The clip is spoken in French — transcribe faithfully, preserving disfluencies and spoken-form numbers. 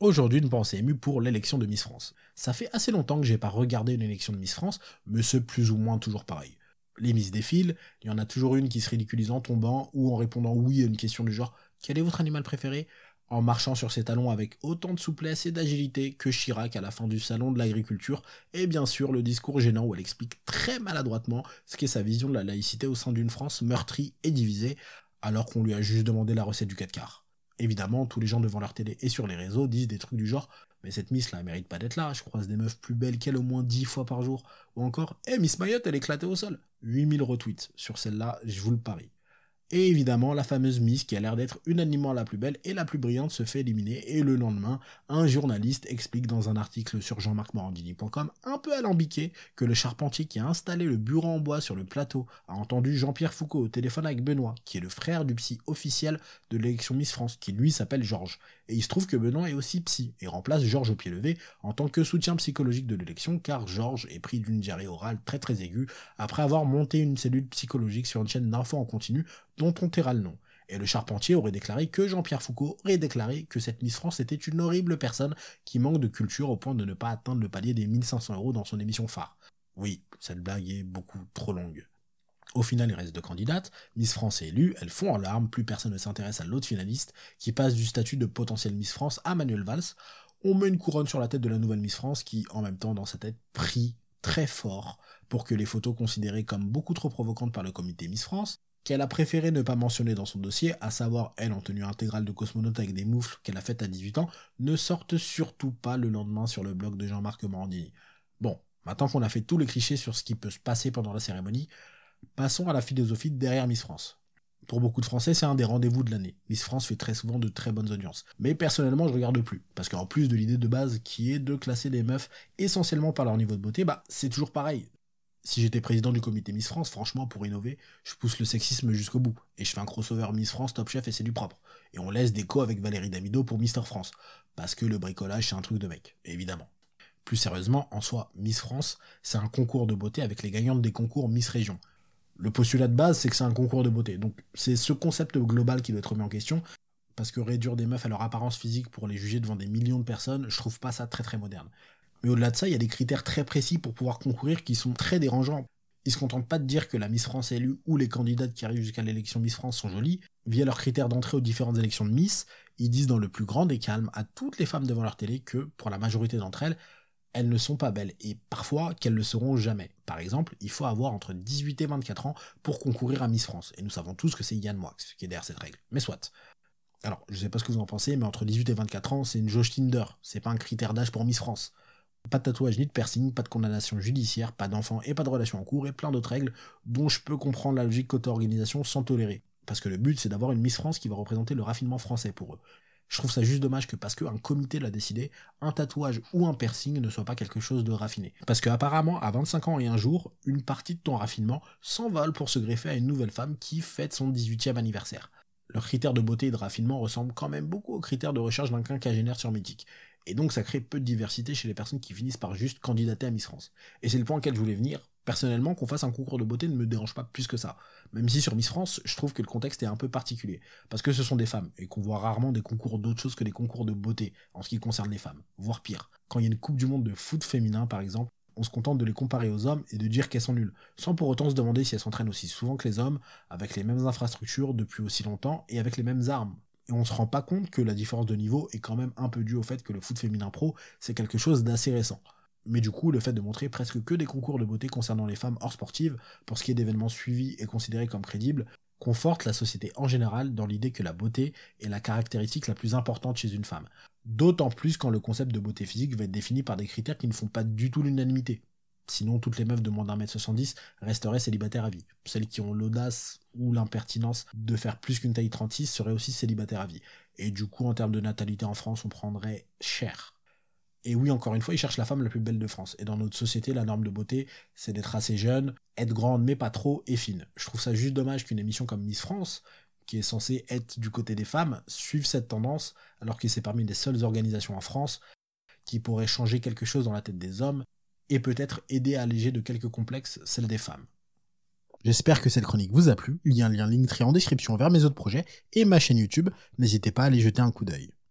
Aujourd'hui, une pensée émue pour l'élection de Miss France. Ça fait assez longtemps que j'ai pas regardé une élection de Miss France, mais c'est plus ou moins toujours pareil. Les Miss défilent, il y en a toujours une qui se ridiculise en tombant ou en répondant oui à une question du genre « Quel est votre animal préféré ?» en marchant sur ses talons avec autant de souplesse et d'agilité que Chirac à la fin du salon de l'agriculture, et bien sûr le discours gênant où elle explique très maladroitement ce qu'est sa vision de la laïcité au sein d'une France meurtrie et divisée, alors qu'on lui a juste demandé la recette du quatre quarts. Évidemment, tous les gens devant leur télé et sur les réseaux disent des trucs du genre « Mais cette Miss là, elle mérite pas d'être là, je croise des meufs plus belles qu'elle au moins dix fois par jour. » Ou encore « Eh, Miss Mayotte, elle est éclatée au sol !» huit mille retweets sur celle-là, je vous le parie. Et évidemment, la fameuse Miss qui a l'air d'être unanimement la plus belle et la plus brillante se fait éliminer, et le lendemain, un journaliste explique dans un article sur jean marc morandini point com, un peu alambiqué, que le charpentier qui a installé le bureau en bois sur le plateau a entendu Jean-Pierre Foucault au téléphone avec Benoît, qui est le frère du psy officiel de l'élection Miss France, qui lui s'appelle Georges. Et il se trouve que Benoît est aussi psy, et remplace Georges au pied levé en tant que soutien psychologique de l'élection, car Georges est pris d'une diarrhée orale très très aiguë, après avoir monté une cellule psychologique sur une chaîne d'infos en continu, dont on taira le nom. Et le charpentier aurait déclaré que Jean-Pierre Foucault aurait déclaré que cette Miss France était une horrible personne qui manque de culture au point de ne pas atteindre le palier des mille cinq cents euros dans son émission phare. Oui, cette blague est beaucoup trop longue. Au final, il reste deux candidates. Miss France est élue, elles font en larmes, plus personne ne s'intéresse à l'autre finaliste, qui passe du statut de potentielle Miss France à Manuel Valls. On met une couronne sur la tête de la nouvelle Miss France qui, en même temps, dans sa tête, prie très fort pour que les photos considérées comme beaucoup trop provocantes par le comité Miss France, qu'elle a préféré ne pas mentionner dans son dossier, à savoir elle en tenue intégrale de cosmonaute avec des moufles qu'elle a faites à dix-huit ans, ne sortent surtout pas le lendemain sur le blog de Jean-Marc Morandini. Bon, maintenant qu'on a fait tous les clichés sur ce qui peut se passer pendant la cérémonie, passons à la philosophie derrière Miss France. Pour beaucoup de Français, c'est un des rendez-vous de l'année. Miss France fait très souvent de très bonnes audiences. Mais personnellement, je regarde plus. Parce qu'en plus de l'idée de base qui est de classer les meufs essentiellement par leur niveau de beauté, bah c'est toujours pareil. Si j'étais président du comité Miss France, franchement, pour innover, je pousse le sexisme jusqu'au bout. Et je fais un crossover Miss France, Top Chef et c'est du propre. Et on laisse des co avec Valérie Damido pour Mister France. Parce que le bricolage, c'est un truc de mec, évidemment. Plus sérieusement, en soi, Miss France, c'est un concours de beauté avec les gagnantes des concours Miss Région. Le postulat de base, c'est que c'est un concours de beauté. Donc c'est ce concept global qui doit être remis en question. Parce que réduire des meufs à leur apparence physique pour les juger devant des millions de personnes, je trouve pas ça très très moderne. Mais au-delà de ça, il y a des critères très précis pour pouvoir concourir qui sont très dérangeants. Ils se contentent pas de dire que la Miss France élue ou les candidates qui arrivent jusqu'à l'élection Miss France sont jolies. Via leurs critères d'entrée aux différentes élections de Miss, ils disent dans le plus grand des calmes à toutes les femmes devant leur télé que, pour la majorité d'entre elles, elles ne sont pas belles, et parfois qu'elles ne le seront jamais. Par exemple, il faut avoir entre dix-huit et vingt-quatre ans pour concourir à Miss France, et nous savons tous que c'est Yann Moix qui est derrière cette règle. Mais soit. Alors, je sais pas ce que vous en pensez, mais entre dix-huit et vingt-quatre ans, c'est une jauge Tinder, c'est pas un critère d'âge pour Miss France. Pas de tatouage ni de piercing, pas de condamnation judiciaire, pas d'enfant et pas de relation en cours, et plein d'autres règles dont je peux comprendre la logique qu'auto-organisation sans tolérer. Parce que le but, c'est d'avoir une Miss France qui va représenter le raffinement français pour eux. Je trouve ça juste dommage que parce qu'un comité l'a décidé, un tatouage ou un piercing ne soit pas quelque chose de raffiné. Parce que apparemment, à vingt-cinq ans et un jour, une partie de ton raffinement s'envole pour se greffer à une nouvelle femme qui fête son dix-huitième anniversaire. Leurs critères de beauté et de raffinement ressemblent quand même beaucoup aux critères de recherche d'un quinquagénaire sur Mythique. Et donc ça crée peu de diversité chez les personnes qui finissent par juste candidater à Miss France. Et c'est le point auquel je voulais venir. Personnellement, qu'on fasse un concours de beauté ne me dérange pas plus que ça. Même si sur Miss France, je trouve que le contexte est un peu particulier. Parce que ce sont des femmes, et qu'on voit rarement des concours d'autre chose que des concours de beauté, en ce qui concerne les femmes. Voire pire. Quand il y a une coupe du monde de foot féminin, par exemple, on se contente de les comparer aux hommes et de dire qu'elles sont nulles, sans pour autant se demander si elles s'entraînent aussi souvent que les hommes, avec les mêmes infrastructures depuis aussi longtemps, et avec les mêmes armes. Et on se rend pas compte que la différence de niveau est quand même un peu due au fait que le foot féminin pro, c'est quelque chose d'assez récent. Mais du coup, le fait de montrer presque que des concours de beauté concernant les femmes hors sportives, pour ce qui est d'événements suivis et considérés comme crédibles, conforte la société en général dans l'idée que la beauté est la caractéristique la plus importante chez une femme. D'autant plus quand le concept de beauté physique va être défini par des critères qui ne font pas du tout l'unanimité. Sinon, toutes les meufs de moins d'un mètre soixante-dix resteraient célibataires à vie. Celles qui ont l'audace ou l'impertinence de faire plus qu'une taille trente-six seraient aussi célibataires à vie. Et du coup, en termes de natalité en France, on prendrait cher. Et oui, encore une fois, ils cherchent la femme la plus belle de France. Et dans notre société, la norme de beauté, c'est d'être assez jeune, être grande mais pas trop, et fine. Je trouve ça juste dommage qu'une émission comme Miss France, qui est censée être du côté des femmes, suive cette tendance, alors que c'est parmi les seules organisations en France qui pourraient changer quelque chose dans la tête des hommes, et peut-être aider à alléger de quelques complexes celle des femmes. J'espère que cette chronique vous a plu, il y a un lien Linktree en description vers mes autres projets et ma chaîne YouTube, n'hésitez pas à aller jeter un coup d'œil.